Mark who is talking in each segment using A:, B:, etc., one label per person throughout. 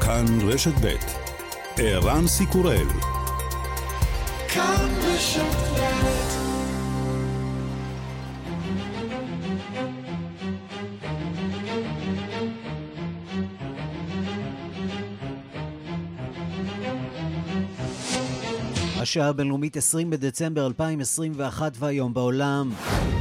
A: כאן רשת ב' ערן סיקורל. כאן רשת ב'. השעה הבינלאומית 20 בדצמבר 2021 והיום בעולם.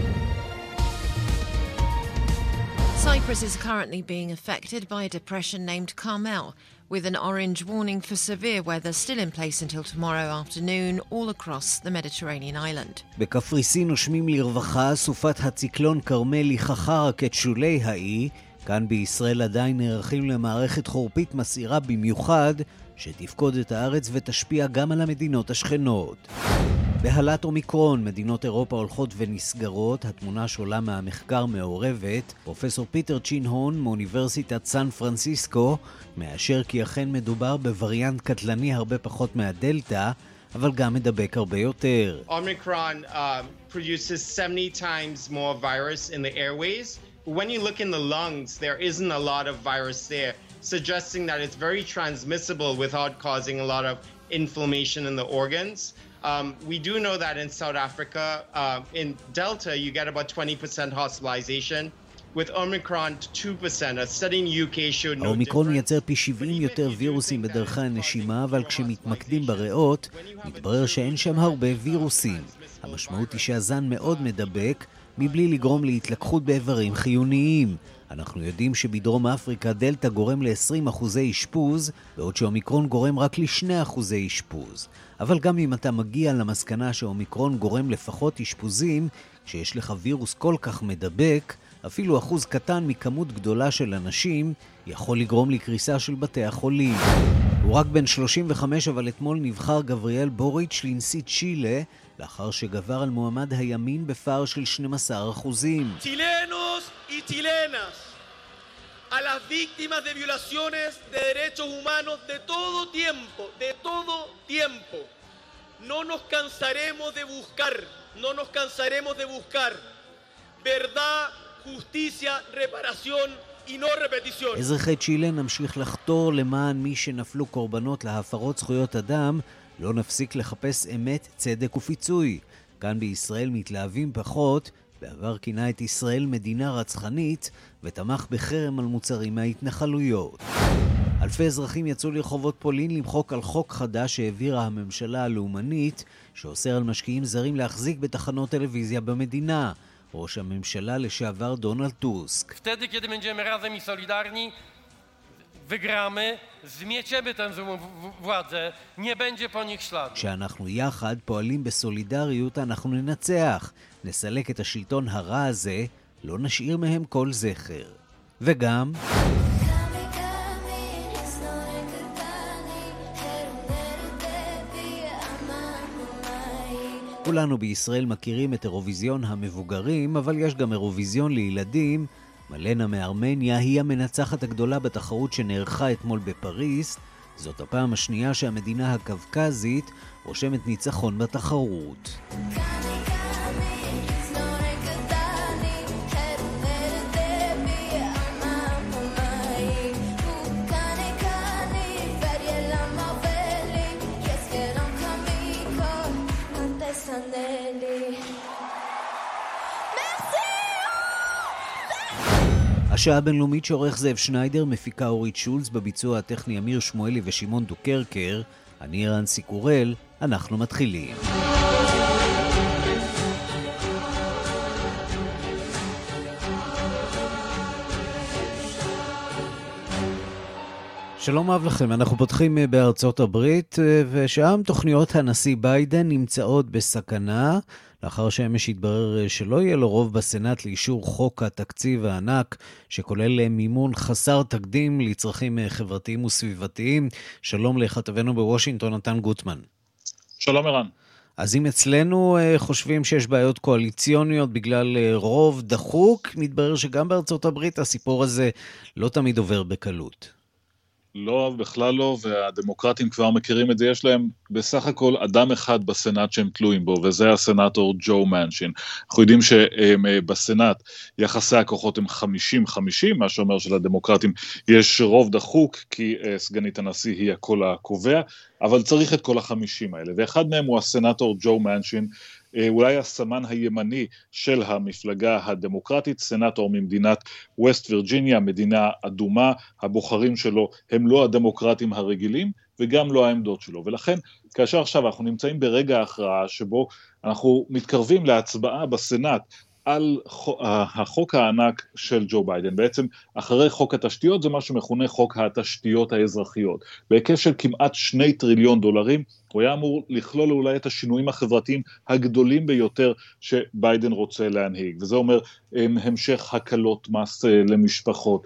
B: Cyprus is currently being affected by a depression named Carmel, with an orange warning for severe weather still in place until tomorrow afternoon all across the Mediterranean island.
C: בקפריסין נושמים לרווחה, סופת הציקלון קרמל ייחכה רק את שולי האי. כאן בישראל עדיין נערכים למערכת חורפית מסעירה במיוחד, שתפקוד את הארץ ותשפיע גם על המדינות השכנות. בהלת אומיקרון, מדינות אירופה הולכות ונסגרות, התמונה שעולה מהמחקר מעורבת. פרופסור פיטר צ'ין הון מאוניברסיטת סן פרנסיסקו מאשר כי אכן מדובר בווריאנט קטלני הרבה פחות מהדלטה, אבל גם מדבק הרבה יותר.
D: Omicron produces 70 times more virus in the airways. When you look in the lungs, there isn't a lot of virus there, suggesting that it's very transmissible without causing a lot of inflammation in the organs. We do know that in South Africa, in Delta, you get about 20% hospitalization. With Omicron, 2%. A study in UK showed no difference.
C: האומיקרון מייצר פי 70 יותר וירוסים בדרכי הנשימה, אבל כשמתמקדים בריאות, מתברר שאין שם הרבה וירוסים. המשמעות היא שהזן מאוד מדבק, מבלי לגרום להתלקחות באיברים חיוניים. אנחנו יודעים שבדרום אפריקה דלטה גורם ל-20% אשפוז, בעוד שאומיקרון גורם רק ל2% אשפוז. אבל גם אם אתה מגיע למסקנה שאומיקרון גורם לפחות אשפוזים, כשיש לך וירוס כל כך מדבק, אפילו אחוז קטן מכמות גדולה של אנשים יכול לגרום לקריסה של בתי החולים. הוא רק בן 35, אבל אתמול נבחר גבריאל בוריץ' לנשיא צ'ילה, לאחר שגבר על מועמד הימין בפער של 12%.
E: Chilenos y chilenas, a las víctimas de violaciones de derechos humanos de todo tiempo, no nos cansaremos de buscar verdad, justicia, reparación y no repetición.
C: אזרחי צ'ילה נמשיך לחתור למען מי שנפלו קורבנות להפרות זכויות אדם, לא נפסיק לחפש אמת, צדק ופיצוי. כאן בישראל מתלהבים פחות, בעבר כינה את ישראל מדינה רצחנית ותמך בחרם על מוצרים מההתנחלויות. אלפי אזרחים יצאו לרחובות פולין למחוק על חוק חדש שהעבירה הממשלה הלאומנית, שאוסר על משקיעים זרים להחזיק בתחנות טלוויזיה במדינה. ראש הממשלה לשעבר דונלד טוסק.
F: Wtedy, kiedy będziemy razem i solidarni, wygramy, zmieciemy tę złą władzę, nie będzie po nich śladu.
C: כשאנחנו יחד פועלים בסולידריות, אנחנו ננצח. נסלק את השלטון הרע הזה, לא נשאיר מהם כל זכר. וגם כולנו בישראל מכירים את אירוויזיון המבוגרים, אבל יש גם אירוויזיון לילדים. מלנה מארמניה היא המנצחת הגדולה בתחרות שנערכה אתמול בפריס. זאת הפעם השנייה שהמדינה הקווקזית רושמת ניצחון בתחרות. השעה הבינלאומית שעורך זאב שניידר, מפיקה אורית שולץ, בביצוע הטכני אמיר שמואלי ושמעון דוקרקר. אני ערן סיקורל, אנחנו מתחילים. שלום אהב לכם, אנחנו פותחים בארצות הברית, ושם תוכניות הנשיא ביידן נמצאות בסכנה, לאחר שאמש התברר שלא יהיה לו רוב בסנאט לאישור חוק התקציב הענק, שכולל מימון חסר תקדים לצרכים חברתיים וסביבתיים. שלום לכתבנו בוושינגטון, נתן גוטמן.
G: שלום ערן.
C: אז אם אצלנו חושבים שיש בעיות קואליציוניות בגלל רוב דחוק, מתברר שגם בארצות הברית הסיפור הזה לא תמיד עובר בקלות.
G: לא, בכלל לא, והדמוקרטים כבר מכירים את זה, יש להם בסך הכל אדם אחד בסנאט שהם תלויים בו, וזה הסנאטור ג'ו מנשין. אנחנו יודעים שבסנאט יחסי הכוחות הם 50-50, מה שאומר שלדמוקרטים יש רוב דחוק, כי סגנית הנשיא היא הקול הקובע, אבל צריך את כל 50 האלה, ואחד מהם הוא הסנאטור ג'ו מנשין, אולי הסמן הימני של המפלגה הדמוקרטית, סנאטור ממדינת ווסט וירג'יניה, מדינה אדומה, הבוחרים שלו הם לא הדמוקרטים הרגילים, וגם לא העמדות שלו, ולכן כאשר עכשיו אנחנו נמצאים ברגע ההכרעה, שבו אנחנו מתקרבים להצבעה בסנאט, על החוק הענק של ג'ו ביידן, בעצם אחרי חוק התשתיות, זה מה שמכונה חוק התשתיות האזרחיות, בהיקף של כמעט $2 טריליון, הוא היה אמור לכלול אולי את השינויים החברתיים הגדולים ביותר שביידן רוצה להנהיג, וזה אומר המשך הקלות מס למשפחות,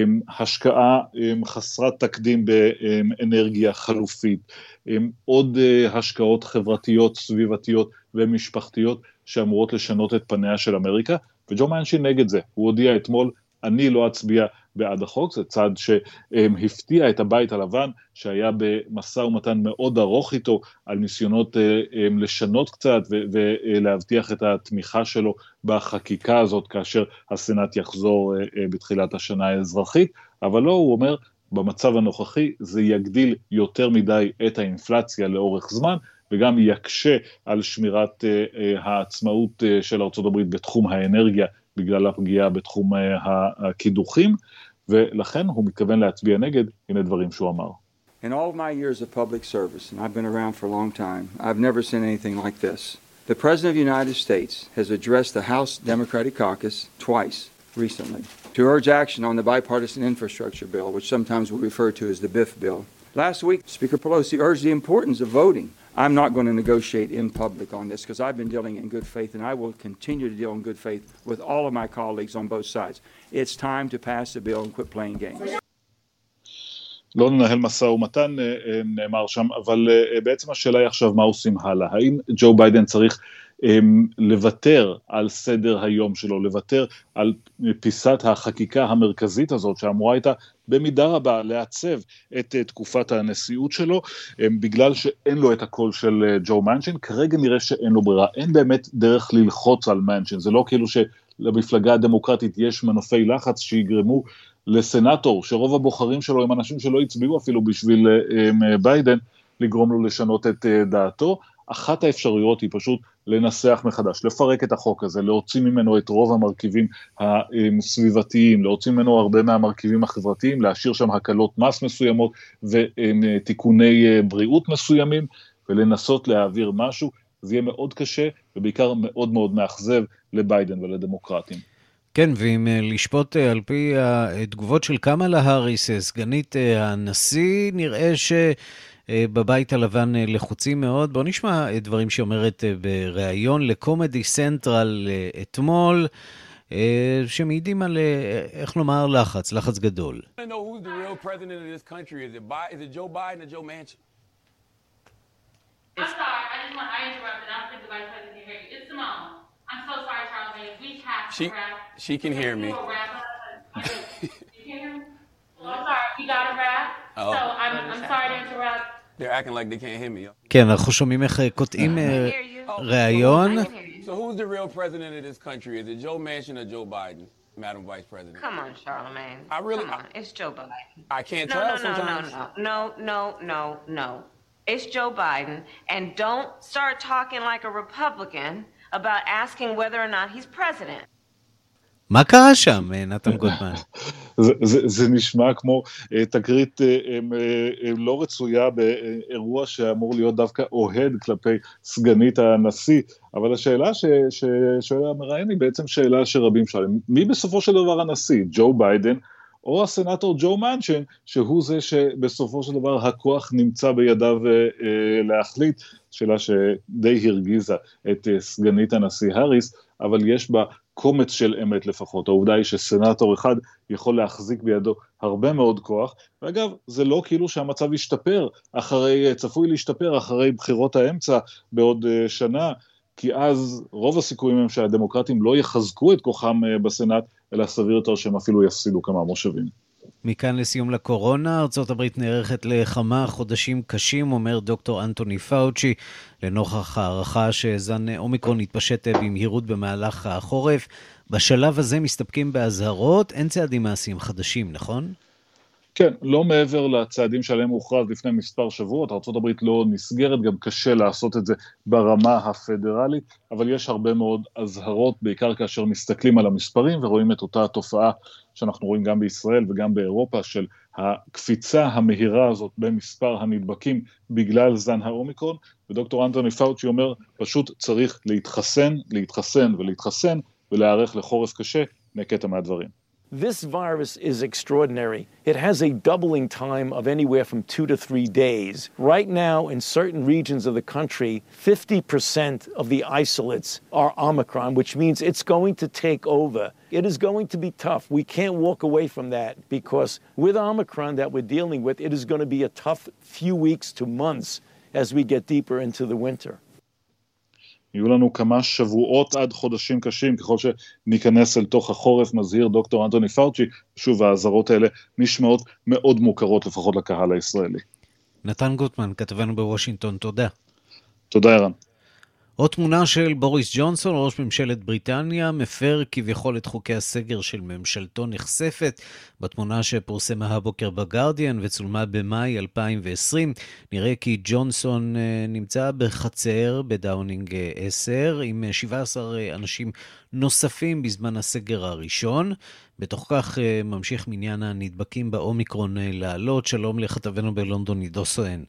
G: השקעה חסרת תקדים באנרגיה חלופית, עוד השקעות חברתיות, סביבתיות ומשפחתיות, שאמורות לשנות את פניה של אמריקה, וג'ו מנשין נגד זה. הוא הודיע אתמול, אני לא אצביע בעד החוק, זה צעד שהפתיע את הבית הלבן, שהיה במשא ומתן מאוד ארוך איתו, על ניסיונות לשנות קצת, ולהבטיח את התמיכה שלו בחקיקה הזאת, כאשר הסנאט יחזור בתחילת השנה האזרחית, אבל לא, הוא אומר, במצב הנוכחי זה יגדיל יותר מדי את האינפלציה לאורך זמן, וגם יקשה על שמירת העצמאות של ארצות הברית בתחום האנרגיה, בגלל הפגיעה בתחום הקידוחים, ולכן הוא מתכוון להצביע נגד, הנה דברים שהוא אמר.
H: In all of my years of public service, and I've been around for a long time, I've never seen anything like this. The President of the United States has addressed the House Democratic Caucus twice recently to urge action on the bipartisan infrastructure bill, which sometimes we refer to as the BIF bill. Last week, Speaker Pelosi urged the importance of voting. I'm not going to negotiate in public on this because I've been dealing in good faith and I will continue to deal in good faith with all of my colleagues on both sides. It's time to pass the bill and quit playing games.
G: לא ננהל משא ומתן, נאמר שם, אבל בעצם השאלה היא עכשיו מה עושים הלאה. האם ג'ו ביידן צריך לוותר על סדר היום שלו, לוותר על פיסת החקיקה המרכזית הזאת, שאמורה הייתה במידה רבה לעצב את תקופת הנשיאות שלו, בגלל שאין לו את הקול של ג'ו מנשין, כרגע נראה שאין לו ברירה, אין באמת דרך ללחוץ על מנשין, זה לא כאילו שלמפלגה הדמוקרטית יש מנופי לחץ שיגרמו לסנאטור, שרוב הבוחרים שלו הם אנשים שלא הצביעו אפילו בשביל ביידן, לגרום לו לשנות את דעתו. אחת האפשרויות היא פשוט לנסח מחדש, לפרק את החוק הזה, להוציא ממנו את רוב המרכיבים הסביבתיים, להוציא ממנו הרבה מהמרכיבים החברתיים, להשאיר שם הקלות מס מסוימות ותיקוני בריאות מסוימים, ולנסות להעביר משהו. זה יהיה מאוד קשה ובעיקר מאוד מאוד מאכזב לביידן ולדמוקרטים.
C: כן, ואם לשפוט על פי התגובות של קמאלה האריס, סגנית הנשיא, נראה שבבית הלבן לחוצים מאוד. בואו נשמע דברים שאומרת בריאיון לקומדי סנטרל אתמול, שמעידים על, איך לומר, לחץ גדול.
I: I don't know who's the real president of this country. Is it Joe Biden or Joe Manchin?
J: I'm sorry, I interrupted. I don't think the vice president can hear you. It's Simone. I'm so sorry, Charlamagne. We have to wrap.
I: She can hear me.
J: You can hear me? Well, I'm sorry. We got to wrap.
I: Oh.
J: So I'm sorry to interrupt.
I: They're acting like they can't hear me.
C: כן, אנחנו שומעים איך קוטעים ראיון.
I: So who's the real president of this country? Is it Joe Manchin or Joe Biden, Madam Vice President?
J: Come on, Charlamagne.
I: Come
J: on. It's Joe Biden.
I: I can't tell sometimes.
J: No. It's Joe Biden. And don't start talking like a Republican about asking whether or not he's president.
C: מה קרה שם, נתן גוטמן?
G: זה נשמע כמו תקרית לא רצויה באירוע שאמור להיות דווקא אוהד כלפי סגנית הנשיא, אבל השאלה ששואל המראיין היא בעצם שאלה שרבים שואלים, מי בסופו של דבר הנשיא? ג'ו ביידן או הסנאטור ג'ו מנשין, שהוא זה שבסופו של דבר הכוח נמצא בידיו להחליט, שאלה שדי הרגיזה את סגנית הנשיא האריס, אבל יש בה קומץ של אמת לפחות. העובדה היא שסנאטור אחד יכול להחזיק בידו הרבה מאוד כוח, ואגב, זה לא כאילו שהמצב ישתפר, צפוי להשתפר אחרי בחירות האמצע בעוד שנה, כי אז רוב הסיכויים הם שהדמוקרטים לא יחזקו את כוחם בסנאט, אלא סביר יותר שהם אפילו יפסידו כמה מושבים.
A: מכאן לסיום לקורונה, ארצות הברית נערכת לכמה חודשים קשים, אומר דוקטור אנטוני פאוצ'י, לנוכח הערכה שזן אומיקרון התפשט במהירות במהלך החורף. בשלב הזה מסתפקים בהזהרות, אין צעדים מעשיים חדשים, נכון?
G: כן, לא מעבר לצעדים שעליהם הוכרז לפני מספר שבועות, ארצות הברית לא נסגרת, גם קשה לעשות את זה ברמה הפדרלית, אבל יש הרבה מאוד הזהרות, בעיקר כאשר מסתכלים על המספרים ורואים את אותה התופעה שאנחנו רואים גם בישראל וגם באירופה, של הקפיצה המהירה הזאת במספר הנדבקים בגלל זן האומיקרון, ודוקטור אנטוני פאוצ'י אומר, פשוט צריך להתחסן ולהיערך לחורף קשה, נקטע מהדברים.
K: This virus is extraordinary. It has a doubling time of anywhere from 2 to 3 days. Right now, in certain regions of the country, 50% of the isolates are Omicron, which means it's going to take over. It is going to be tough. We can't walk away from that because with Omicron that we're dealing with, it is going to be a tough few weeks to months as we get deeper into the winter.
G: יהיו לנו כמה שבועות עד חודשים קשים, ככל שניכנס אל תוך החורף, מזהיר דוקטור אנטוני פאוצ'י, שוב ההזהרות האלה נשמעות מאוד מוכרות, לפחות לקהל הישראלי.
A: נתן גוטמן, כתבנו בוושינגטון, תודה.
G: תודה ערן.
A: עוד תמונה של בוריס ג'ונסון, ראש ממשלת בריטניה, מפר כביכול את חוקי הסגר של ממשלתו נחשפת. בתמונה שפורסמה הבוקר בגרדיאן וצולמה במאי 2020, נראה כי ג'ונסון נמצא בחצר בדאונינג 10 עם 17 אנשים נוספים בזמן הסגר הראשון. בתוך כך ממשיך מניין הנדבקים באומיקרון לעלות. שלום לכתבנו בלונדון עידו סואן.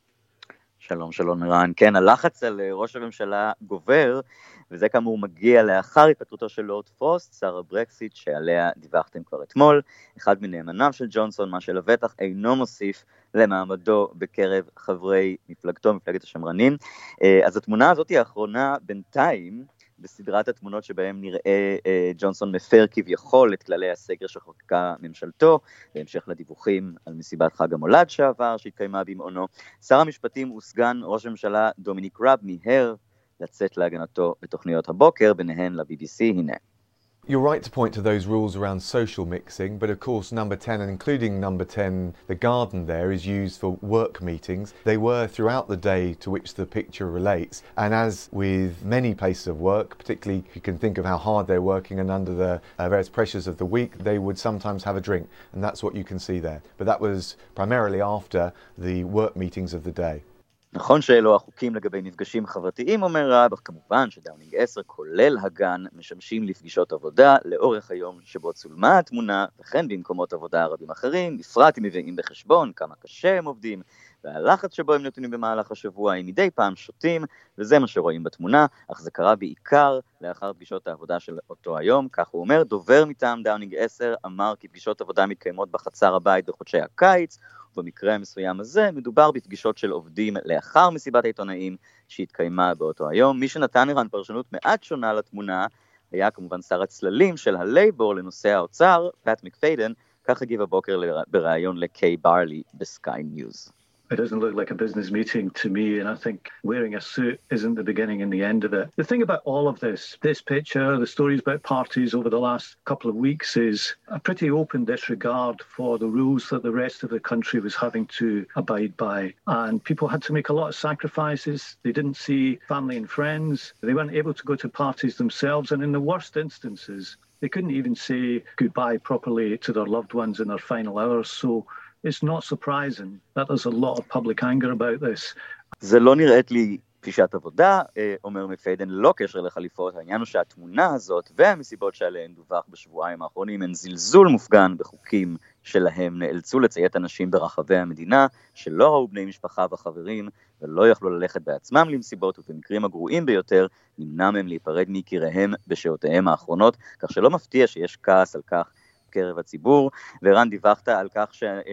L: שלום ערן. כן, הלחץ על ראש הממשלה גובר, וזה כאמור מגיע לאחר התפטרותו של לורד פרוסט, שר הברקסיט שעליה דיווחתם כבר אתמול. אחד מנאמניו של ג'ונסון, מה שלבטח אינו מוסיף למעמדו בקרב חברי מפלגתו, מפלגת השמרנים. אז התמונה הזאת היא האחרונה בינתיים, בסדרת התמונות שבהם נראה ג'ונסון מפר כביכול את כללי הסגר שחוקקה ממשלתו, בהמשך לדיווחים על מסיבת חג המולד שעבר, שהתקיימה במעונו. שר המשפטים וסגן ראש הממשלה דומיניק ראב מיהר לצאת להגנתו בתוכניות הבוקר, ביניהן ל-BBC. הנה.
M: You're right to point to those rules around social mixing, but of course number 10, and including number 10, the garden there is used for work meetings. They were throughout the day to which the picture relates, and as with many places of work, particularly if you can think of how hard they're working and under the various pressures of the week, they would sometimes have a drink, and that's what you can see there. But that was primarily after the work meetings of the day.
L: נכון שאלו החוקים לגבי מפגשים חברתיים, אומר רב, אך כמובן שדאונינג 10, כולל הגן, משמשים לפגישות עבודה לאורך היום שבו צולמה התמונה, וכן במקומות עבודה רבים אחרים, בפרט אם מביאים בחשבון כמה קשה הם עובדים, והלחץ שבו הם נתונים במהלך השבוע, הם מדי פעם שותים, וזה מה שרואים בתמונה, אך זה קרה בעיקר לאחר פגישות העבודה של אותו היום. כך הוא אומר, דובר מטעם דאונינג 10 אמר כי פגישות עבודה מתקיימות בחצר הבית בחודשי הקיץ, במקרה המסוים הזה מדובר בפגישות של עובדים לאחר מסיבת העיתונאים שהתקיימה באותו היום. מי שנתן ערן פרשנות מעט שונה לתמונה היה כמובן שר הצללים של הלייבור לנושא האוצר, פאט מקפיידן, כך הגיב הבוקר בראיון לקיי ברלי בסקיי ניוז.
N: It doesn't look like a business meeting to me, and I think wearing a suit isn't the beginning and the end of it. The thing about all of this picture, the stories about parties over the last couple of weeks is a pretty open disregard for the rules that the rest of the country was having to abide by. And people had to make a lot of sacrifices. They didn't see family and friends. They weren't able to go to parties themselves. And in the worst instances, they couldn't even say goodbye properly to their loved ones in their final hours. So it's not surprising that there's a lot of public anger about this.
L: זה לא נראית לי פגישת עבודה, אומר מקפיידן, לא קשר לחליפות. העניין הוא שהתמונה הזאת והמסיבות שעליהן דווח בשבועיים האחרונים הן זלזול מופגן בחוקים שלהם. נאלצו לציית אנשים ברחבי המדינה שלא ראו בני משפחה וחברים ולא יכלו ללכת בעצמם למסיבות, ובמקרים הגרועים ביותר נמנע מהם להיפרד מיקיריהם בשעותיהם האחרונות, כך שלא מפתיע שיש כעס על כך קרב הציבור. ורן, דיווחת על כך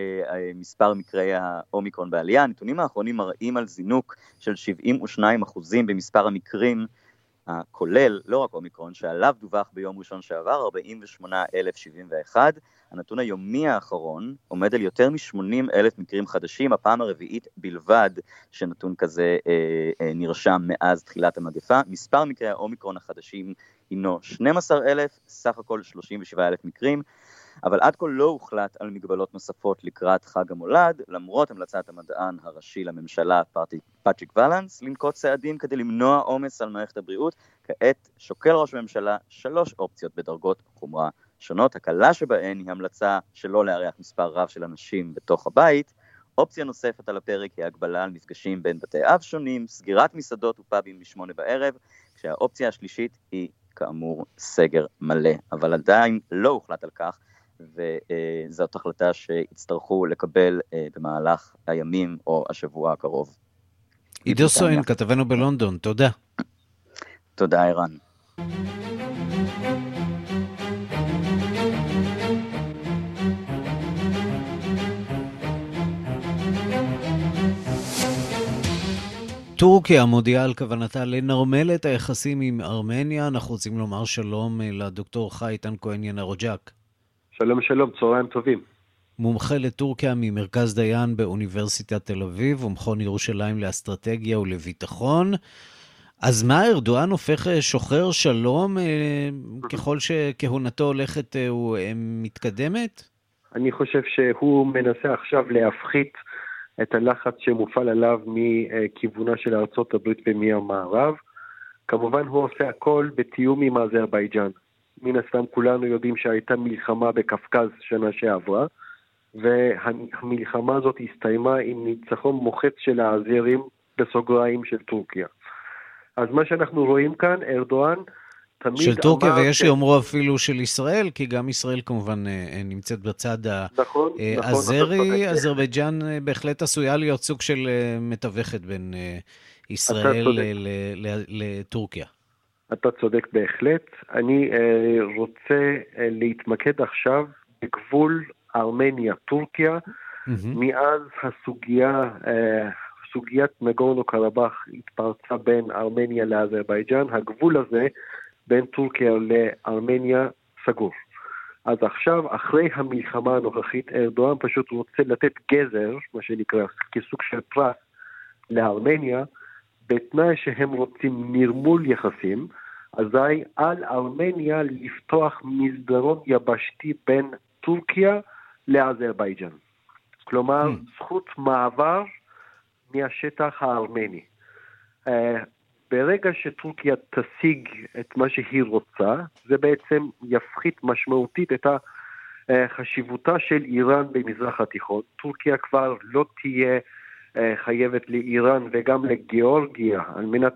L: שמספר מקרי האומיקרון בעלייה, הנתונים האחרונים מראים על זינוק של 72% במספר המקרים הכולל, לא רק אומיקרון, שעליו דווח ביום ראשון שעבר, 48,071. הנתון היומי האחרון עומד על יותר מ-80,000 מקרים חדשים, הפעם הרביעית בלבד שנתון כזה נרשם מאז תחילת המגפה. מספר מקרי האומיקרון החדשים הינו 12,000, סך הכל 37,000 מקרים. אבל עד כה לא הוחלט על מגבלות נוספות לקראת חג המולד, למרות המלצת המדען הראשי לממשלה, פטריק ולנס, לנקוט צעדים כדי למנוע עומס על מערכת הבריאות. כעת שוקל ראש הממשלה 3 אופציות בדרגות חומרה שונות. הקלה שבהן היא המלצה שלא לארח מספר רב של אנשים בתוך הבית. אופציה נוספת על הפרק היא הגבלה על מפגשים בין בתי אב שונים, סגירת מסעדות ופאבים ב8 בערב, כשהאופציה השלישית היא כאמור סגר מלא, אבל עדיין לא הוחלט על כך, וזאת החלטה שיצטרכו לקבל במהלך הימים או השבוע הקרוב.
A: עידו סואן, כתבנו בלונדון, תודה.
L: תודה, ערן.
A: טורקיה מודיעה על כוונתה לנרמל את היחסים עם ארמניה. אנחנו רוצים לומר שלום לדוקטור חייטן כהן ינרוג'ק.
O: שלום שלום, צהריים טובים.
A: מומחה לטורקיה ממרכז דיין באוניברסיטת תל אביב ומכון ירושלים לאסטרטגיה ולביטחון. אז מה, ארדואן הופך שוחר שלום ככל שכהונתו הולכת מתקדמת?
O: אני חושב שהוא מנסה עכשיו להפחית את הלחץ שמופעל עליו מכיוונה של ארצות הברית ומהמערב. כמובן הוא עושה הכל בתיאום עם אזרבייג'אן. מן הסתם כולנו יודעים שהייתה מלחמה בקפקז שנה שעברה, והמלחמה הזאת הסתיימה עם ניצחון מוחץ של האזרים בסוגריים של טורקיה. אז מה שאנחנו רואים כאן, ארדואן תמיד
A: של טורקיה, ויש שיאמרו אפילו של ישראל, כי גם ישראל כמובן נמצאת בצד האזרי. אזרבייג'אן בהחלט עשויה להיות סוג של מתווכת בין ישראל לטורקיה.
O: אתה צודק בהחלט. אני רוצה להתמקד עכשיו בגבול ארמניה-טורקיה, מאז סוגיית נגורנו קרבאח התפרצה בין ארמניה לאזרבייג'אן. הגבול הזה בין טורקיה לארמניה סגור. אז עכשיו, אחרי המלחמה הנוכחית, ארדואן פשוט רוצה לתת גזר, מה שנקרא, כסוג של פרס לארמניה, בתנאי שהם רוצים נרמול יחסים, אזי על ארמניה לפתוח מסדרון יבשתי בין טורקיה לאזרבייג'אן. כלומר, זכות מעבר מהשטח הארמני. ברגע שטורקיה תשיג את מה שהיא רוצה, זה בעצם יפחית משמעותית את החשיבותה של איראן במזרח התיכון. טורקיה כבר לא תהיה חייבת לאיראן וגם לגיאורגיה על מנת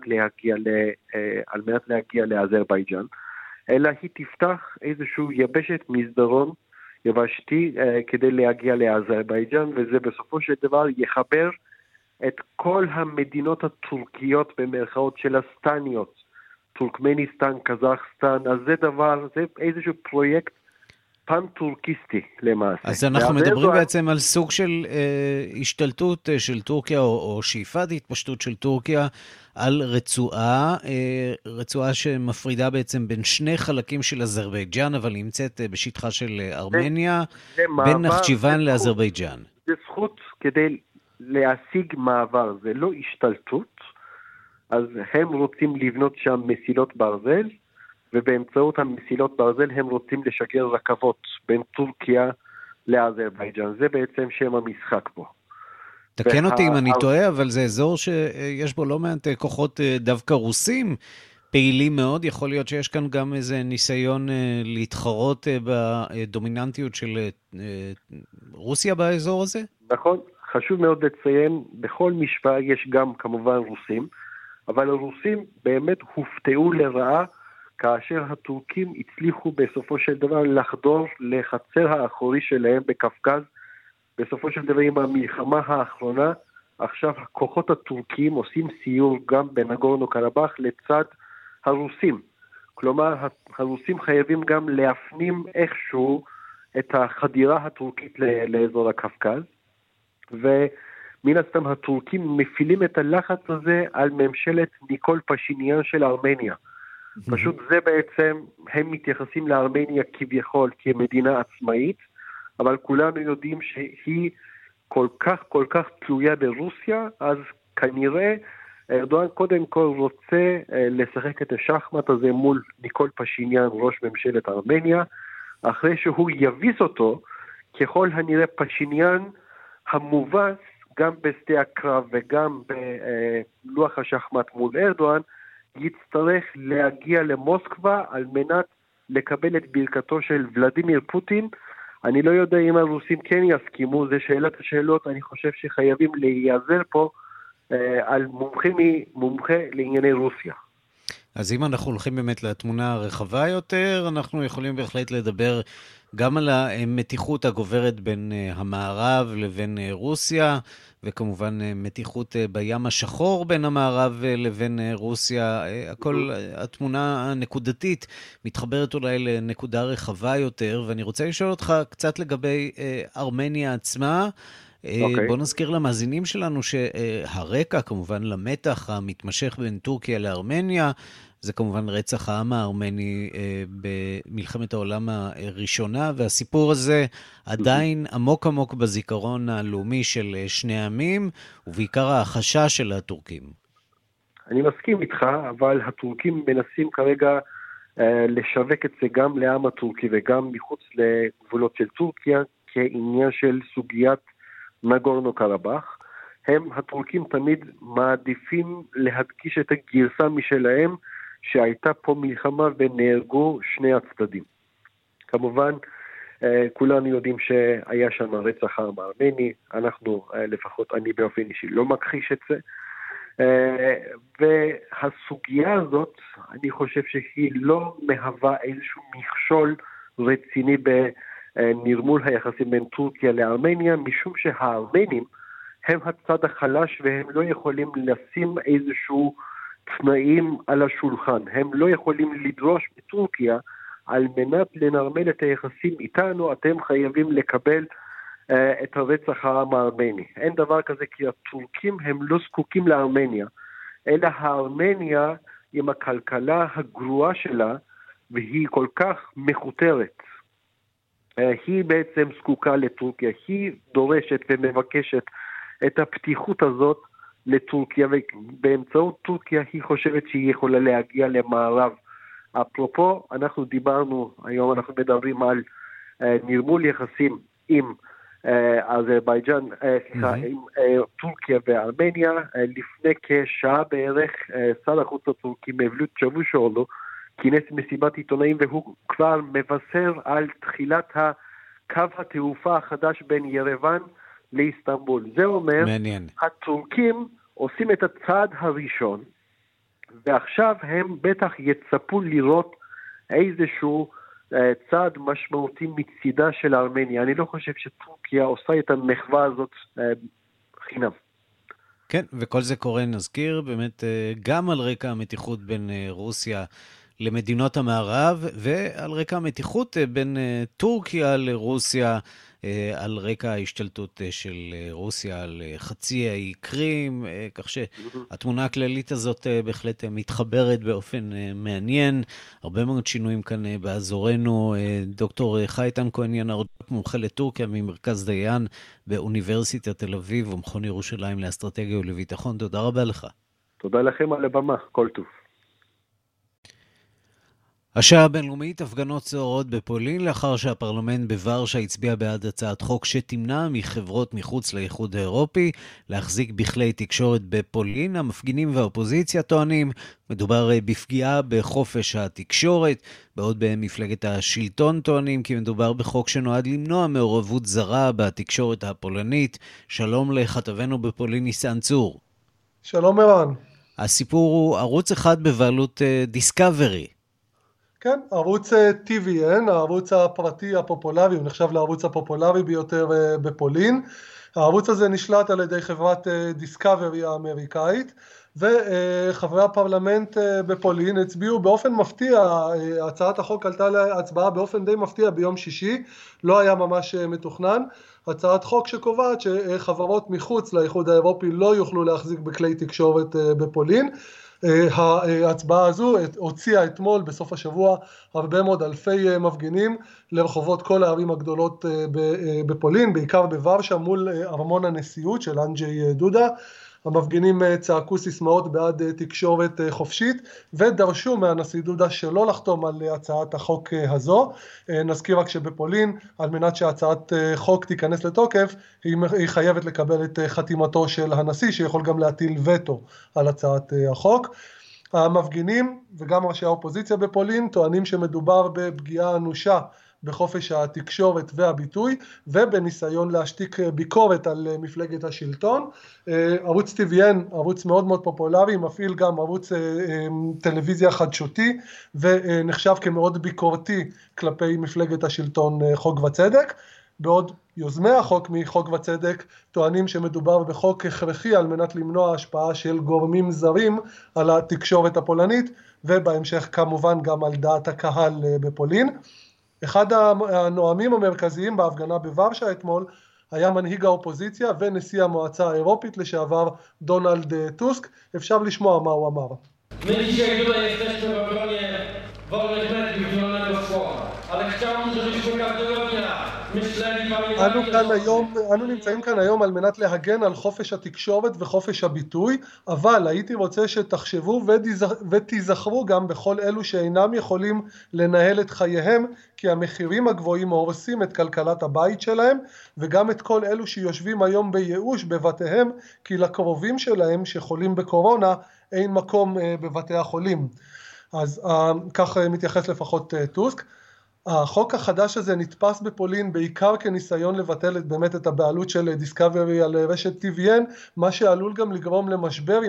O: להגיע לאזרבייג'אן, אלא היא תפתח איזשהו יבשת מסדרון יבשתי כדי להגיע לאזרבייג'אן, וזה בסופו של דבר יחבר את כל המדינות הטורקיות במרכאות של הסטניות, טורקמניסטן, קזחסטן. אז זה איזשהו פרויקט פן-טורקיסטי למעשה.
A: אז אנחנו מדברים בעצם על סוג של השתלטות של טורקיה, או שאיפת התפשטות של טורקיה על רצועה שמפרידה בעצם בין שני חלקים של אזרבייג'אן, אבל נמצאת בשטחה של ארמניה, בין נחצ'יוון לאזרבייג'אן.
O: זה זכות כדי להשיג מעבר, זה לא השתלטות. אז הם רוצים לבנות שם מסילות ברזל, ובאמצעות המסילות ברזל הם רוצים לשגר רכבות בין טורקיה לאזרבייג'אן. זה בעצם שם המשחק פה.
A: תקן אותי אם אני טועה, אבל זה אזור שיש בו לא מעט כוחות דווקא רוסים פעילים מאוד. יכול להיות שיש כאן גם איזה ניסיון להתחרות בדומיננטיות של רוסיה באזור הזה?
O: נכון, חשוב מאוד לציין, בכל משוואה יש גם כמובן רוסים, אבל הרוסים באמת הופתעו לרעה כאשר הטורקים הצליחו בסופו של דבר לחדור לחצר האחורי שלהם בקפקז. בסופו של דבר עם המלחמה האחרונה, עכשיו הכוחות הטורקים עושים סיור גם בנגורנו קרבאח לצד הרוסים. כלומר, הרוסים חייבים גם להפנים איכשהו את החדירה הטורקית לאזור הקפקז, ומן הסתם הטורקים מפעילים את הלחץ הזה על ממשלת ניקול פשיניאן של ארמניה. פשוט זה בעצם, הם מתייחסים לארמניה כביכול כמדינה עצמאית, אבל כולנו יודעים שהיא כל כך תלויה ברוסיה. אז כנראה ארדואן קודם כל רוצה לשחק את השחמט הזה מול ניקול פשיניאן, ראש ממשלת ארמניה, אחרי שהוא יביס אותו, ככל הנראה פשיניאן המובס גם בשדה הקרב וגם בלוח השחמט מול ארדואן, יצטרך להגיע למוסקבה על מנת לקבל את ברכתו של ולדימיר פוטין. אני לא יודע אם הרוסים כן יסכימו, זה שאלת השאלות, אני חושב שחייבים להיעזר פה על מומחה לענייני רוסיה.
A: אז אם אנחנו הולכים באמת לתמונה הרחבה יותר, אנחנו יכולים בהחלט לדבר גם על המתיחות הגוברת בין המערב לבין רוסיה, וכמובן מתיחות בים השחור בין המערב לבין רוסיה. הכל, התמונה הנקודתית מתחברת אולי לנקודה רחבה יותר, ואני רוצה לשאול אותך קצת לגבי ארמניה עצמה. בוא נזכיר למאזינים שלנו שהרקע כמובן למתח המתמשך בין טורקיה לארמניה, זה כמובן רצח העם הארמני במלחמת העולם הראשונה, והסיפור הזה עדיין עמוק עמוק בזיכרון הלאומי של שני העמים, ובעיקר ההחשה של הטורקים.
O: אני מסכים איתך, אבל הטורקים מנסים כרגע לשווק את זה גם לעם הטורקי וגם מחוץ לגבולות של טורקיה, כעניין של סוגיית נגורנו קרבאח. הטורקים תמיד מעדיפים להדגיש את הגרסה משלהם, שהייתה פה מלחמה ונהרגו שני הצדדים. כמובן, כולנו יודעים שהיה שם רצח העם הארמני, אנחנו, לפחות אני באופן אישי, לא מכחיש את זה, והסוגיה הזאת, אני חושב שהיא לא מהווה איזשהו מכשול רציני בנרמול היחסים בין טורקיה לארמניה, משום שהארמנים הם הצד החלש והם לא יכולים לשים איזשהו תנאים על השולחן. הם לא יכולים לדרוש בטורקיה על מנת לנרמל את היחסים איתנו, אתם חייבים לקבל את הרצח העם הארמני. אין דבר כזה, כי הטורקים הם לא זקוקים לארמניה, אלא הארמניה עם הכלכלה הגרועה שלה, והיא כל כך מחותרת. היא בעצם זקוקה לטורקיה, היא דורשת ומבקשת את הפתיחות הזאת לטורקיה, ובאמצעות טורקיה היא חושבת שהיא יכולה להגיע למערב. אפרופו, אנחנו דיברנו, היום אנחנו מדברים על נרמול יחסים עם אזרבייג'אן, עם טורקיה וארמניה. לפני כשעה בערך, שר החוץ הטורקי מבלוט צ'אבושאוגלו כינס מסיבת עיתונאים, והוא כבר מבשר על תחילת קו התעופה החדש בין ירוון לאיסטנבול. זה אומר,
A: מעניין.
O: הטורקים עושים את הצעד הראשון, ועכשיו הם בטח יצפו לראות איזשהו צעד משמעותי מצידה של ארמניה. אני לא חושב שטורקיה עושה את המחווה הזאת חינם.
A: כן, וכל זה קורה, נזכיר, באמת גם על רקע המתיחות בין רוסיה למדינות המערב, ועל רקע המתיחות בין טורקיה לרוסיה, על רקע ההשתלטות של רוסיה על חצי האי קרים, כך שהתמונה הכללית הזאת בהחלט מתחברת באופן מעניין. הרבה מאוד שינויים כאן באזורנו. דוקטור חייטן כהן ינר, מומחה לטורקיה ממרכז דיין באוניברסיטת תל אביב ומכון ירושלים לאסטרטגיה ולביטחון. תודה רבה לך.
O: תודה לכם על הבמה, כל טוב.
A: השעה הבינלאומית, הפגנות סוערות בפולין, לאחר שהפרלמנט בוורשה הצביע בעד הצעת חוק שתמנע מחברות מחוץ לאיחוד האירופי להחזיק בכלי תקשורת בפולין. המפגינים והאופוזיציה טוענים מדובר בפגיעה בחופש התקשורת, בעוד במפלגת השלטון טוענים כי מדובר בחוק שנועד למנוע מעורבות זרה בתקשורת הפולנית. שלום לכתבנו בפולין, ניסן צור.
P: שלום ערן.
A: הסיפור הוא ערוץ אחד בבעלות דיסקאברי.
P: כן, ערוץ TVN, הערוץ הפרטי הפופולרי, הוא נחשב לערוץ הפופולרי ביותר בפולין. הערוץ הזה נשלט על ידי חברת דיסקאברי האמריקאית, וחברי הפרלמנט בפולין הצביעו באופן מפתיע. הצעת החוק עלתה להצבעה באופן די מפתיע ביום שישי, לא היה ממש מתוכנן. הצעת חוק שקובעת שחברות מחוץ לאיחוד האירופי לא יוכלו להחזיק בכלי תקשורת בפולין. ההצבעה הזו הוציאה אתמול בסוף השבוע הרבה מאוד אלפי מפגינים לרחובות כל הערים הגדולות בפולין, בעיקר בוורשה מול ארמון הנשיאות של אנג'י דודה. המפגינים צעקו סיסמאות בעד תקשורת חופשית ודרשו מהנשיא דודה שלא לחתום על הצעת החוק הזו. נזכיר רק שבפולין, על מנת שהצעת חוק תיכנס לתוקף, היא חייבת לקבל את חתימתו של הנשיא, שיכול גם להטיל וטו על הצעת החוק. המפגינים וגם ראשי האופוזיציה בפולין טוענים שמדובר בפגיעה אנושה בחופש התקשורת והביטוי ובניסיון להשתיק ביקורת על מפלגת השלטון. ערוץ TVN, ערוץ מאוד מאוד פופולרי, מפעיל גם ערוץ טלוויזיה חדשותי ונחשב כמאוד ביקורתי כלפי מפלגת השלטון חוק וצדק, בעוד יוזמי החוק מחוק וצדק טוענים שמדובר בחוק הכרחי על מנת למנוע השפעה של גורמים זרים על התקשורת הפולנית ובהמשך כמובן גם על דעת הקהל בפולין. אחד הנואמים המרכזיים בהפגנה בוורשה אתמול היה מנהיג האופוזיציה ונשיא המועצה האירופית לשעבר דונלד טוסק. אפשר לשמוע מה הוא אמר. אנו נמצאים כאן היום על מנת להגן על חופש התקשורת וחופש הביטוי, אבל הייתי רוצה שתחשבו ותיזכרו גם בכל אלו שאינם יכולים לנהל את חייהם, כי המחירים הגבוהים הורסים את כלכלת הבית שלהם, וגם את כל אלו שיושבים היום בייאוש בבתיהם, כי לקרובים שלהם שחולים בקורונה אין מקום בבתי החולים. אז כך מתייחס לפחות טוסק. החוק החדש הזה נתפס בפולין בעיקר כניסיון לבטל באמת את הבעלות של דיסקאברי על רשת TVN, מה שעלול גם לגרום למשבר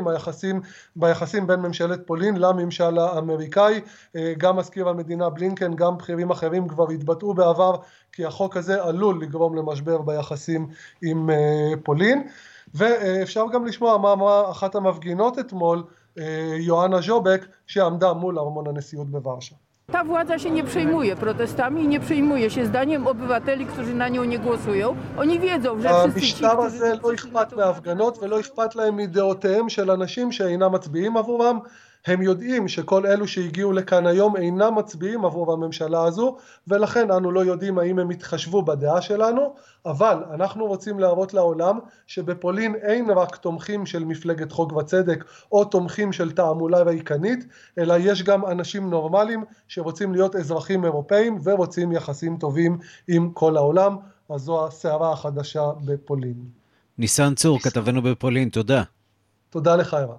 P: ביחסים בין ממשלת פולין לממשל האמריקאי. גם מזכיר המדינה בלינקן, גם בכירים אחרים כבר התבטאו בעבר כי החוק הזה עלול לגרום למשבר ביחסים עם פולין. ואפשר גם לשמוע מה אמרה אחת המפגינות אתמול, יואנה ז'ובק, שעמדה מול ארמון הנשיאות בוורשה.
Q: Ta władza się nie przejmuje protestami i nie przejmuje się zdaniem obywateli, którzy na nią nie głosują. Oni wiedzą, że wszyscy ci,
P: המשטר הזה לא אכפת מההפגנות ולא אכפת להם מדעותיהם של אנשים שאינם מצביעים עבורם. הם יודעים שכל אלו שהגיעו לכאן היום אינם מצביעים עבור הממשלה הזו, ולכן אנו לא יודעים האם הם יתחשבו בדעה שלנו, אבל אנחנו רוצים להראות לעולם שבפולין אין רק תומכים של מפלגת חוק וצדק או תומכים של תעמולה ריקנית, אלא יש גם אנשים נורמליים שרוצים להיות אזרחים אירופאים ורוצים יחסים טובים עם כל העולם. אז זו הסערה החדשה בפולין.
A: ניסן צור, כתבנו בפולין, תודה.
P: תודה לך ערן.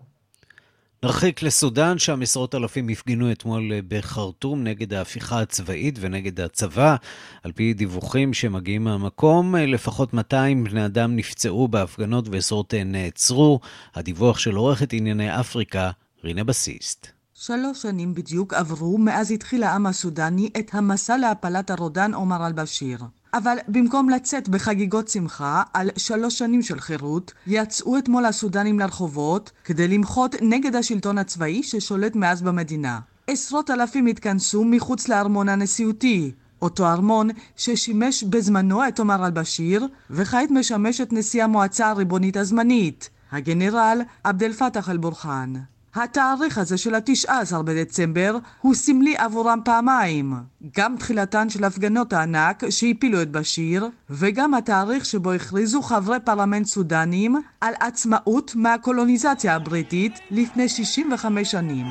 A: נרחיק לסודן, שם עשרות אלפים הפגינו אתמול בחרטום נגד ההפיכה הצבאית ונגד הצבא. על פי דיווחים שמגיעים מהמקום, לפחות 200 בני אדם נפצעו בהפגנות ועשרות נעצרו. הדיווח של עורכת ענייני אפריקה, רינה בסיסט.
R: 3 שנים בדיוק עברו מאז התחיל העם הסודני את המסע להפלת הרודן עומר אל-בשיר. אבל במקום לצאת בחגיגות שמחה על 3 שנים של חירות, יצאו אתמול הסודנים לרחובות כדי למחות נגד השלטון הצבאי ששולט מאז במדינה. עשרות אלפים התכנסו מחוץ לארמון הנשיאותי, אותו ארמון ששימש בזמנו את עומר אל-בשיר, וכעת משמש את נשיא המועצה הריבונית הזמנית, הגנרל עבד אל פתח אל-בורחן. התאריך הזה של 19 בדצמבר הוא סמלי עבורם פעמיים, גם תחילתן של הפגנות הענק שהפילו את בשיר, וגם התאריך שבו הכריזו חברי פרלמנט סודנים על עצמאות מהקולוניזציה הבריטית לפני 65 שנים.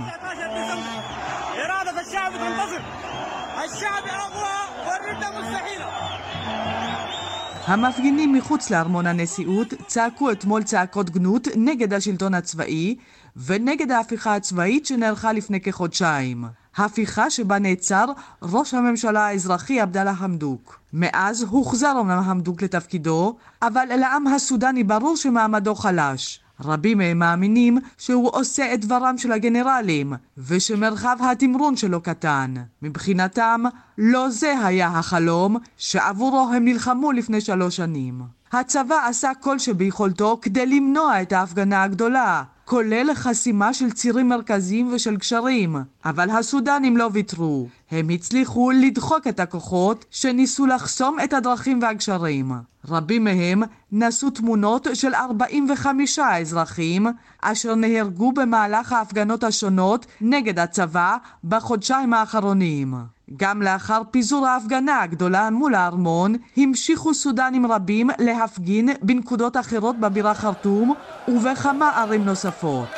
R: המפגינים מחוץ לארמון הנשיאות צעקו אתמול צעקות גנות נגד השלטון הצבאי ונגד ההפיכה הצבאית שנערכה לפני כחודשיים. הפיכה שבה נעצר ראש הממשלה האזרחי עבדאללה חמדוק. מאז הוחזר אומנם חמדוק לתפקידו, אבל לעם הסודני ברור שמעמדו חלש. רבים מהם מאמינים שהוא עושה את דברם של הגנרלים, ושמרחב התמרון שלו קטן. מבחינתם, לא זה היה החלום שעבורו הם נלחמו לפני 3 שנים. הצבא עשה כל שביכולתו כדי למנוע את ההפגנה הגדולה, כולל חסימה של צירים מרכזיים ושל גשרים, אבל הסודנים לא ויתרו. הם הצליחו לדחוק את הכוחות שניסו לחסום את הדרכים והגשרים. רבים מהם נשאו תמונות של 45 אזרחים אשר נהרגו במהלך ההפגנות השונות נגד הצבא בחודשיים האחרונים. גם לאחר פיזור ההפגנה הגדולה מול הארמון, המשיכו סודנים רבים להפגין בנקודות אחרות בבירה חרטום ובכמה ערים נוספות.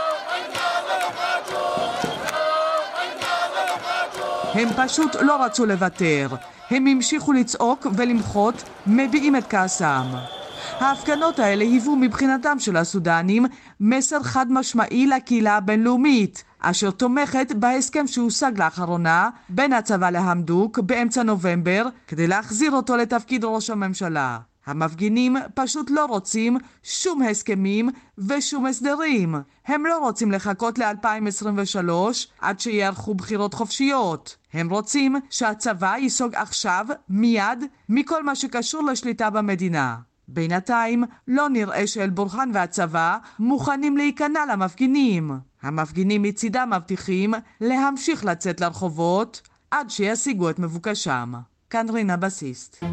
R: הם פשוט לא רצו לוותר. הם המשיכו לצעוק ולמחות, מביעים את כעסם. ההפגנות האלה היוו מבחינתם של הסודנים מסר חד משמעי לקהילה הבינלאומית, אשר תומכת בהסכם שהושג לאחרונה בין הצבא להמדוק באמצע נובמבר כדי להחזיר אותו לתפקיד ראש הממשלה. המפגינים פשוט לא רוצים שום הסכמים ושום הסדרים. הם לא רוצים לחכות ל-2023 עד שיערכו בחירות חופשיות. הם רוצים שהצבא ייסוג עכשיו, מיד, מכל מה שקשור לשליטה במדינה. בינתיים לא נראה שאל-בורהאן והצבא מוכנים להיכנע למפגינים. המפגינים מצידם מבטיחים להמשיך לצאת לרחובות עד שישיגו את מבוקשם. כאן רינה בסיסט.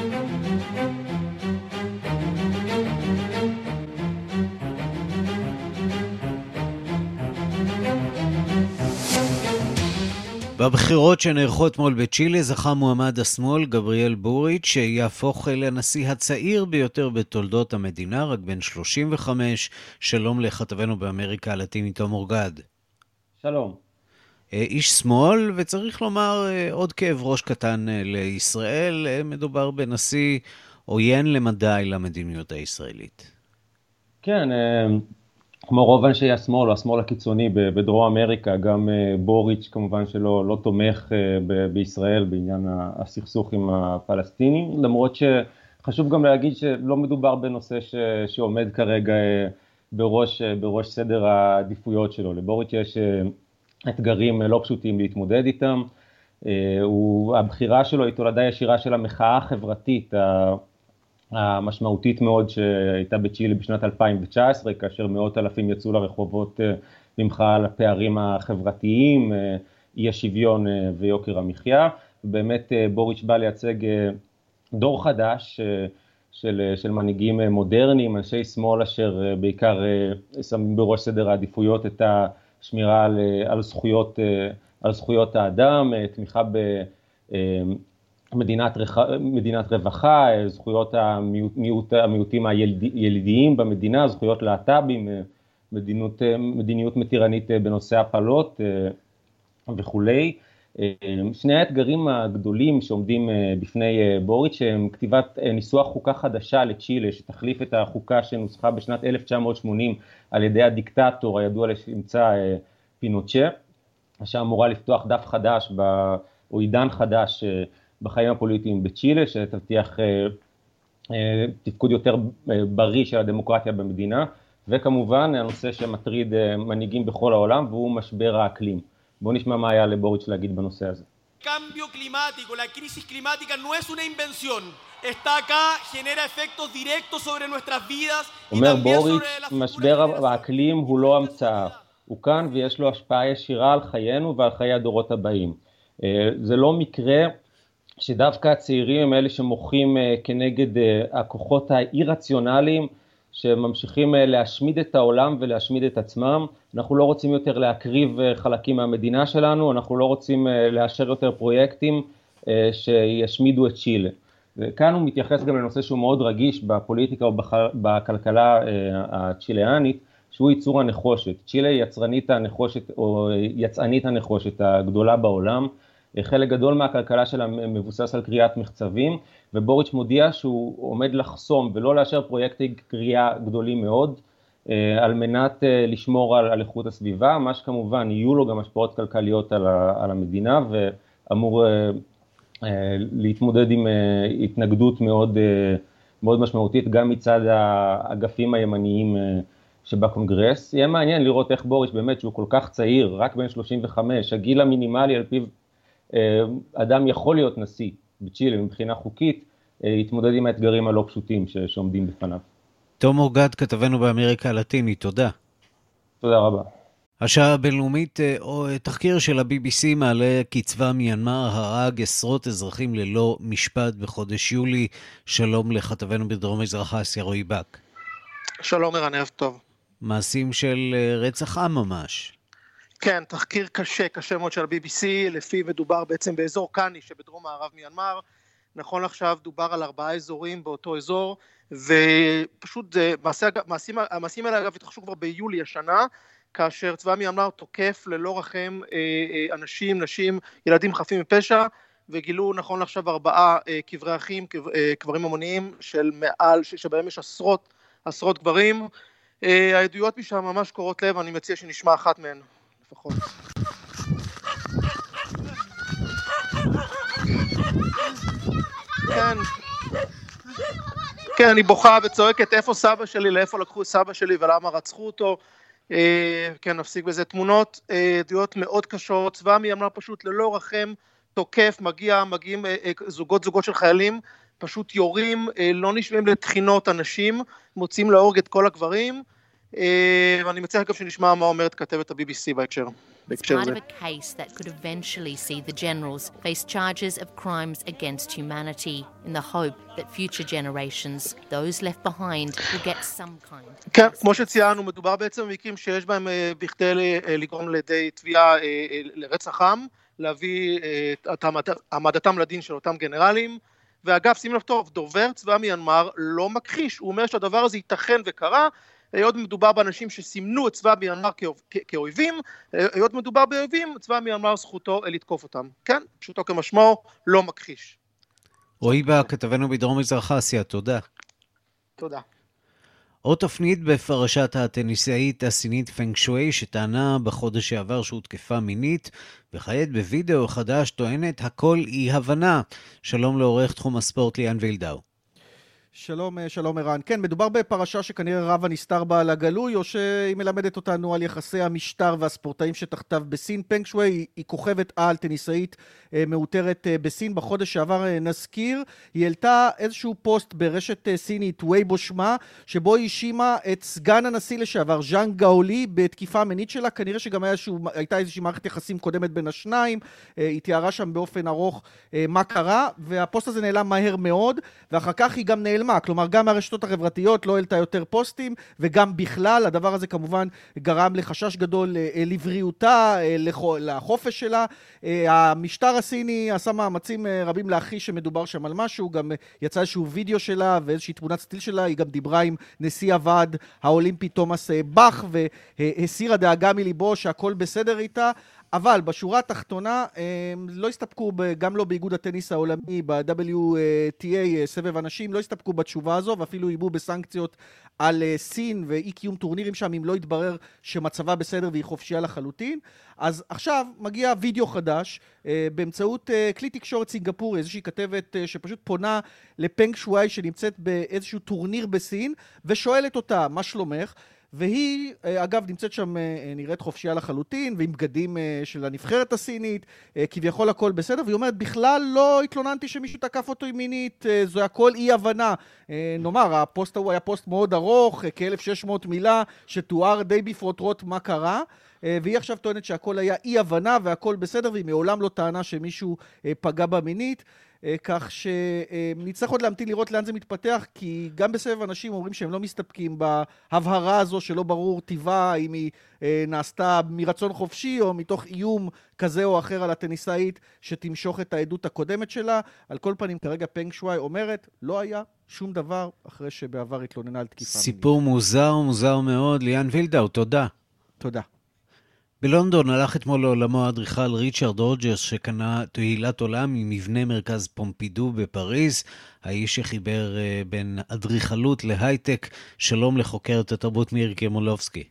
A: בבחירות שנערכו אתמול בצ'ילה זכה מועמד השמאל גבריאל בוריץ' שיהפוך לנשיא הצעיר ביותר בתולדות המדינה, רק בן 35. שלום לכתבנו באמריקה הלטינית תום אורגד.
S: שלום.
A: איש שמאל, וצריך לומר עוד כאב ראש קטן לישראל, מדובר בנשיא עוין למדי למדיניות הישראלית.
S: כן, כמו רוב אנשי השמאל או השמאל הקיצוני בדרום אמריקה, גם בוריץ' כמובן שלא תומך בישראל בעניין הסכסוך עם הפלסטינים, למרות שחשוב גם להגיד שלא מדובר בנושא שעומד כרגע בראש סדר העדיפויות שלו. לבוריץ' יש אתגרים לא פשוטים להתמודד איתם, הבחירה שלו היא תולדה ישירה של המחאה החברתית המשמעותית מאוד שהייתה בצ'ילה בשנת 2019, כאשר מאות אלפים יצאו לרחובות במחאה על הפערים החברתיים, אי השוויון ויוקר המחיה. באמת בוריץ' בא לייצג דור חדש של מנהיגים מודרניים, אנשי שמאל אשר בעיקר שמים בראש סדר העדיפויות את השמירה על זכויות האדם, תמיכה מדינת רווחה, זכויות המיעוטים הילידיים במדינה, זכויות להט"בים, מדיניות מתירנית בנושא הפלות וכולי. שני האתגרים הגדולים שעומדים בפני בוריץ' הם כתיבת ניסוח חוקה חדשה לצ'ילה, שתחליף את החוקה שנוסחה בשנת 1980 על ידי הדיקטטור הידוע לשמצה פינוצ'ה, שאמורה לפתוח דף חדש או עידן חדש בחיים הפוליטיים בצ'ילה, שתבטיח תפקוד יותר בריא של הדמוקרטיה במדינה, וכמובן הנושא שמטריד מנהיגים בכל העולם, והוא משבר האקלים. בואו נשמע מה היה לבוריץ' להגיד בנושא הזה.
E: Cambio climático, la crisis climática no es una invención. Está acá, genera efectos directos sobre nuestras vidas y también sobre la futura.
S: משבר האקלים הוא לא המצאה. הוא כאן ויש לו השפעה ישירה על חיינו ועל חיי הדורות הבאים. זה לא מקרה שדווקא הצעירים הם אלה שמוחים כנגד הכוחות האי-רציונליים שממשיכים להשמיד את העולם ולהשמיד את עצמם. אנחנו לא רוצים יותר להקריב חלקים מהמדינה שלנו, אנחנו לא רוצים לאשר יותר פרויקטים שישמידו את צ'ילה. וכאן הוא מתייחס גם לנושא שהוא מאוד רגיש בפוליטיקה או בכלכלה הצ'יליאנית, שהוא ייצור הנחושת. צ'ילה היא יצרנית הנחושת או יצאנית הנחושת הגדולה בעולם. חלק גדול מהכלכלה שלה מבוסס על קריאת מחצבים, ובוריץ' מודיע שהוא עומד לחסום ולא לאשר פרויקטי קריאה גדולים מאוד, על מנת לשמור על איכות הסביבה, מה שכמובן יהיו לו גם השפעות כלכליות על המדינה, ואמור להתמודד עם התנגדות מאוד משמעותית, גם מצד האגפים הימניים שבקונגרס. יהיה מעניין לראות איך בוריץ' באמת שהוא כל כך צעיר, רק בן 35, הגיל המינימלי על פיו אדם יכול להיות נשיא בצ'ילה מבחינה חוקית, יתמודד עם האתגרים הלא פשוטים שעומדים בפניו.
A: תום אורגד, כתבנו באמריקה הלטינית, תודה.
S: תודה רבה.
A: השעה הבינלאומית, תחקיר של ה-BBC מעלה כי צבא מיינמר הרג עשרות אזרחים ללא משפט בחודש יולי. שלום לכתבנו בדרום מזרח אסיה רועי בק.
T: שלום ערב טוב.
A: מעשים של רצח עם ממש.
T: כן, תחקיר קשה מאוד של ה-BBC, לפי מדובר בעצם באזור קאני שבדרום מערב מיינמר. נכון עכשיו דובר על 4 אזורים באותו אזור, ופשוט המעשים האלה אגב התרחשו כבר ביולי השנה, כאשר צבא מיינמר תוקף ללא רחם אנשים, נשים, ילדים חפים מפשע, וגילו נכון עכשיו 4 קברי אחים, קברים המוניים שבהם יש עשרות גברים. העדויות משם ממש קורות לב, אני מציע שנשמע אחת מהן לפחות. כן, אני בוכה וצועקת איפה סבא שלי, לאיפה לקחו סבא שלי ולמה רצחו אותו. כן, נפסיק בזה. תמונות, עדויות מאוד קשות, צבא מיינמר פשוט ללא רחם, תוקף, מגיעים זוגות של חיילים, פשוט יורים, לא נשמעים לתחינות אנשים, מוצאים להורג את כל הגברים, ואני מציע אגב שנשמע מה אומרת כתבת ה-BBC בהקשר הזה.
U: It's part of a case that could eventually see the generals face charges of crimes against humanity in the hope that future generations, those left behind, will get some kind.
T: כן, כמו שציינו, מדובר בעצם במקרים שיש בהם בכדי לגרום לידי תביעה לרצח עם, להביא את העמדתם לדין של אותם גנרלים, ואגב, שים לב טוב, דובר צבא מיינמר לא מכחיש, הוא אומר שהדבר הזה ייתכן וקרה, היות מדובר באנשים שסימנו את צבא מיינמר כאויבים, היות מדובר באויבים, צבא מיינמר זכותו לתקוף אותם. כן, פשוטו כמשמעו, לא מכחיש.
A: רועי בה, כתבנו בדרום מזרח אסיה, תודה.
T: תודה.
A: עוד תפנית בפרשת הטניסאית הסינית פנג שווי, שטענה בחודש שעבר שהותקפה מינית, וכעת בווידאו חדש טוענת הכל אי הבנה. שלום לעורך תחום הספורט ליאן וילדאו.
V: שלום ערן. כן, מדובר בפרשה שכנראה רב הנסתר בה על הגלוי, או שהיא מלמדת אותנו על יחסי המשטר והספורטאים שתחתיו בסין. פנג שווי היא כוכבת על, טניסאית מאותרת בסין. בחודש שעבר נזכיר, היא העלתה איזשהו פוסט ברשת סינית, ווייבו שמה, שבו היא האשימה את סגן הנשיא לשעבר, ז'אנג גאולי, בתקיפה מינית שלה. כנראה שגם הייתה איזושהי מערכת יחסים קודמת בין השניים. היא תיארה שם באופן ארוך מה קרה, והפוסט הזה נעלם מהר מאוד, ואחר כך היא גם נעלמה. כלומר, גם מהרשתות החברתיות לא העלתה יותר פוסטים, וגם בכלל, הדבר הזה כמובן גרם לחשש גדול לבריאותה, לחופש שלה. המשטר הסיני עשה מאמצים רבים להכחיש שמדובר שם על משהו, גם יצא איזשהו וידאו שלה ואיזושהי תמונת סטיל שלה, היא גם דיברה עם נשיא הוועד האולימפי תומאס באך, והסירה דאגה מליבו שהכל בסדר איתה, אבל בשורה התחתונה לא הסתפקו, גם לא באיגוד הטניס העולמי, ב-WTA, סבב אנשים, לא הסתפקו בתשובה הזו, ואפילו ייבאו בסנקציות על סין ואי קיום טורנירים שם, אם לא יתברר שמצבה בסדר והיא חופשייה לחלוטין. אז עכשיו מגיע וידאו חדש, באמצעות כלי תקשורת סינגפורי, איזושהי כתבת שפשוט פונה לפנג שווי שנמצאת באיזשהו טורניר בסין, ושואלת אותה, מה שלומך? והיא, אגב, נמצאת שם, נראית חופשייה לחלוטין, ועם בגדים של הנבחרת הסינית, כביכול הכל בסדר, והיא אומרת, בכלל לא התלוננתי שמישהו תקף אותו מינית, זו הכל אי הבנה. נאמר, הפוסט ההוא היה פוסט מאוד ארוך, כ-1600 מילה, שתואר די בפרוטרוט מה קרה, והיא עכשיו טוענת שהכל היה אי הבנה והכל בסדר, והיא מעולם לא טענה שמישהו פגע בה מינית, כך שנצטרך עוד להמתין לראות לאן זה מתפתח, כי גם בסבב אנשים אומרים שהם לא מסתפקים בהבהרה הזו שלא ברור טבעה, אם היא נעשתה מרצון חופשי או מתוך איום כזה או אחר על הטניסאית שתמשוך את העדות הקודמת שלה. על כל פנים כרגע פנג שווי אומרת לא היה שום דבר אחרי שבעבר התלוננה על תקיפה מינית.
A: סיפור מוזר מאוד. ליאן וילדאו, תודה.
V: תודה.
A: בלונדון הלך אתמול לעולמו האדריכל ריצ'רד רוג'רס, שקנה תהילת עולם ממבנה מרכז פומפידו בפריז, האיש שחיבר בין אדריכלות להייטק. שלום לחוקרת התרבות מירי קרמולובסקי.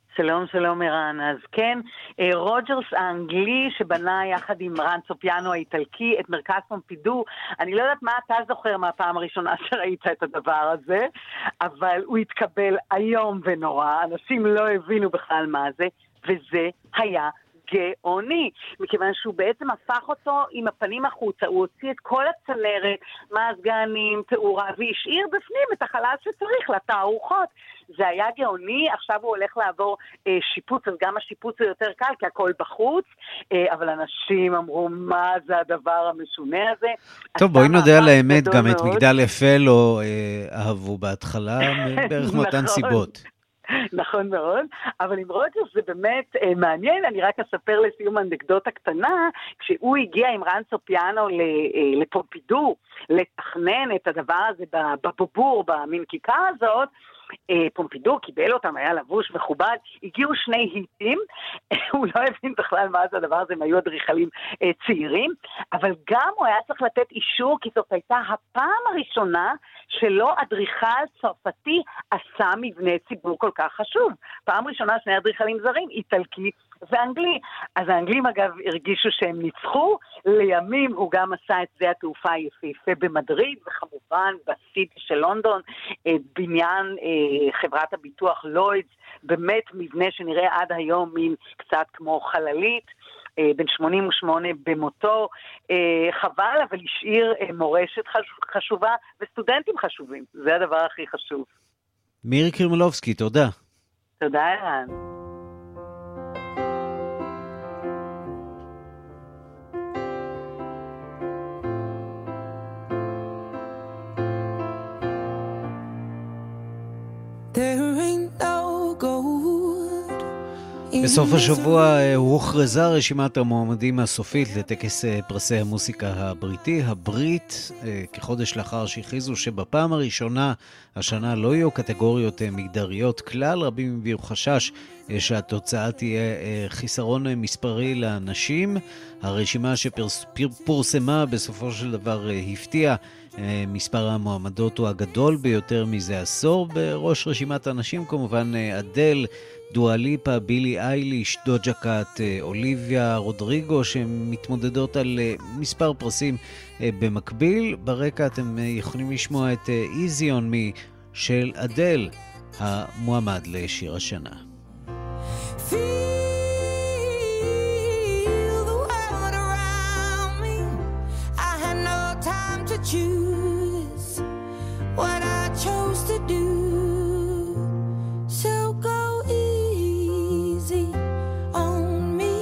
W: שלום ערן. אז כן, רוג'רס האנגלי שבנה יחד עם רן צופיאנו האיטלקי את מרכז פומפידו, אני לא יודעת מה אתה זוכר מהפעם הראשונה שראית את הדבר הזה, אבל הוא התקבל היום ונורא, אנשים לא הבינו בכלל מה זה, וזה היה גאוני, מכיוון שהוא בעצם הפך אותו עם הפנים החוצה, הוא הוציא את כל הצנרת, מזגנים, תאורה, והשאיר בפנים את החלל שצריך לתערוכות. זה היה גאוני, עכשיו הוא הולך לעבור שיפוץ, אז גם השיפוץ הוא יותר קל, כי הכל בחוץ, אבל אנשים אמרו, מה זה הדבר המשונה הזה?
A: טוב, בואי נודה על האמת, גם את מגדל אפל לא אהבו בהתחלה, בערך מאותן סיבות.
W: נכון מאוד, אבל עם רוג'רס זה באמת מעניין. אני רק אספר לסיום אנקדוטה קטנה, כשהוא הגיע עם רנסו פיאנו לפומפידו לתכנן את הדבר הזה בבובור, במין כיכר הזאת, פומפידו קיבל אותם, היה לבוש מכובד, הגיעו שני היטים, הוא לא הבין בכלל מה זה הדבר הזה, הם היו אדריכלים צעירים, אבל גם הוא היה צריך לתת אישור, כי זאת הייתה הפעם הראשונה שלא אדריכל צרפתי עשה מבנה ציבור כל כך חשוב. פעם ראשונה שני אדריכלים זרים, איטלקי ואנגלי. אז האנגלים אגב הרגישו שהם ניצחו, לימים הוא גם עשה את זה התעופה היפהפה במדריד, וכמובן בסיטי של לונדון, בניין חברת הביטוח לוידס, באמת מבנה שנראה עד היום מין קצת כמו חללית, בן 88 במותו, חבל, אבל השאיר מורשת חשובה וסטודנטים חשובים, זה הדבר הכי חשוב.
A: מירי קרימולובסקי, תודה.
W: תודה ערן.
A: בסוף השבוע הוכרזה רשימת המועמדים הסופית לטקס פרסי המוסיקה הבריטי. הברית, כחודש לאחר שהכריזו שבפעם הראשונה השנה לא יהיו קטגוריות מגדריות כלל, רבים הביעו חשש שהתוצאה תהיה חיסרון מספרי לאנשים. הרשימה שפורסמה בסופו של דבר הפתיעה. מספר המועמדות הוא הגדול ביותר מזה עשור. בראש רשימת האנשים כמובן אדל, דואה ליפה, בילי אייליש, דוג'ה קאט, אוליביה רודריגו, שמתמודדות על מספר פרסים במקביל. ברקע אתם יכולים לשמוע את Easy on Me של אדל, המועמד לשיר השנה.
B: Choose what I chose to do, so go easy on me.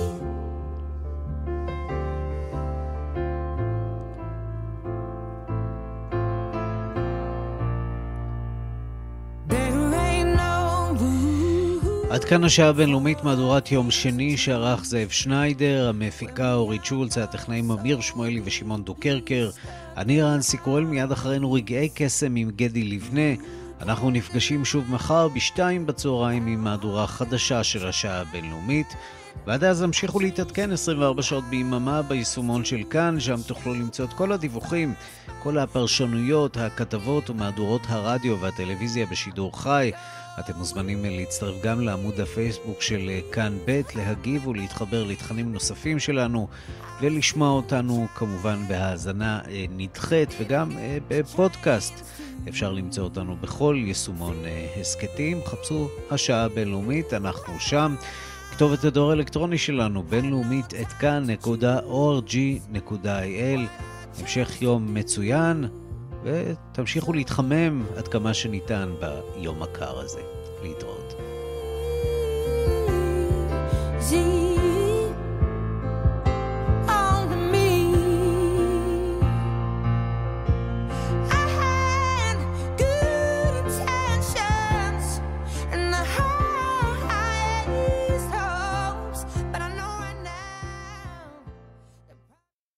B: There ain't no rule.
A: עד כאן השעה הבינלאומית, מהדורת יום שני שערך זאב שניידר, המפיקה אורית שולץ, הטכנאים אמיר שמואלי ושמעון דוקרקר. אני רן סיקורל, מיד אחרינו רגעי קסם עם גדי לבנה. אנחנו נפגשים שוב מחר בשתיים בצהריים עם מהדורה חדשה של השעה הבינלאומית. ועד אז המשיכו להתעדכן 24 שעות ביממה ביישומון של כאן, שם תוכלו למצוא את כל הדיווחים, כל הפרשנויות, הכתבות ומהדורות הרדיו והטלוויזיה בשידור חי. אתם מוזמנים להצטרף גם לעמוד הפייסבוק של כאן ב', להגיב ולהתחבר לתכנים נוספים שלנו, ולשמוע אותנו כמובן בהאזנה נדחית וגם בפודקאסט. אפשר למצוא אותנו בכל יישומון הסקטים, חפשו השעה הבינלאומית, אנחנו שם. כתובת הדואר האלקטרוני שלנו, בינלאומית@כאן.org.il. המשך יום מצוין, ותמשיכו להתחמם עד כמה שניתן ביום הקר הזה. להתראות.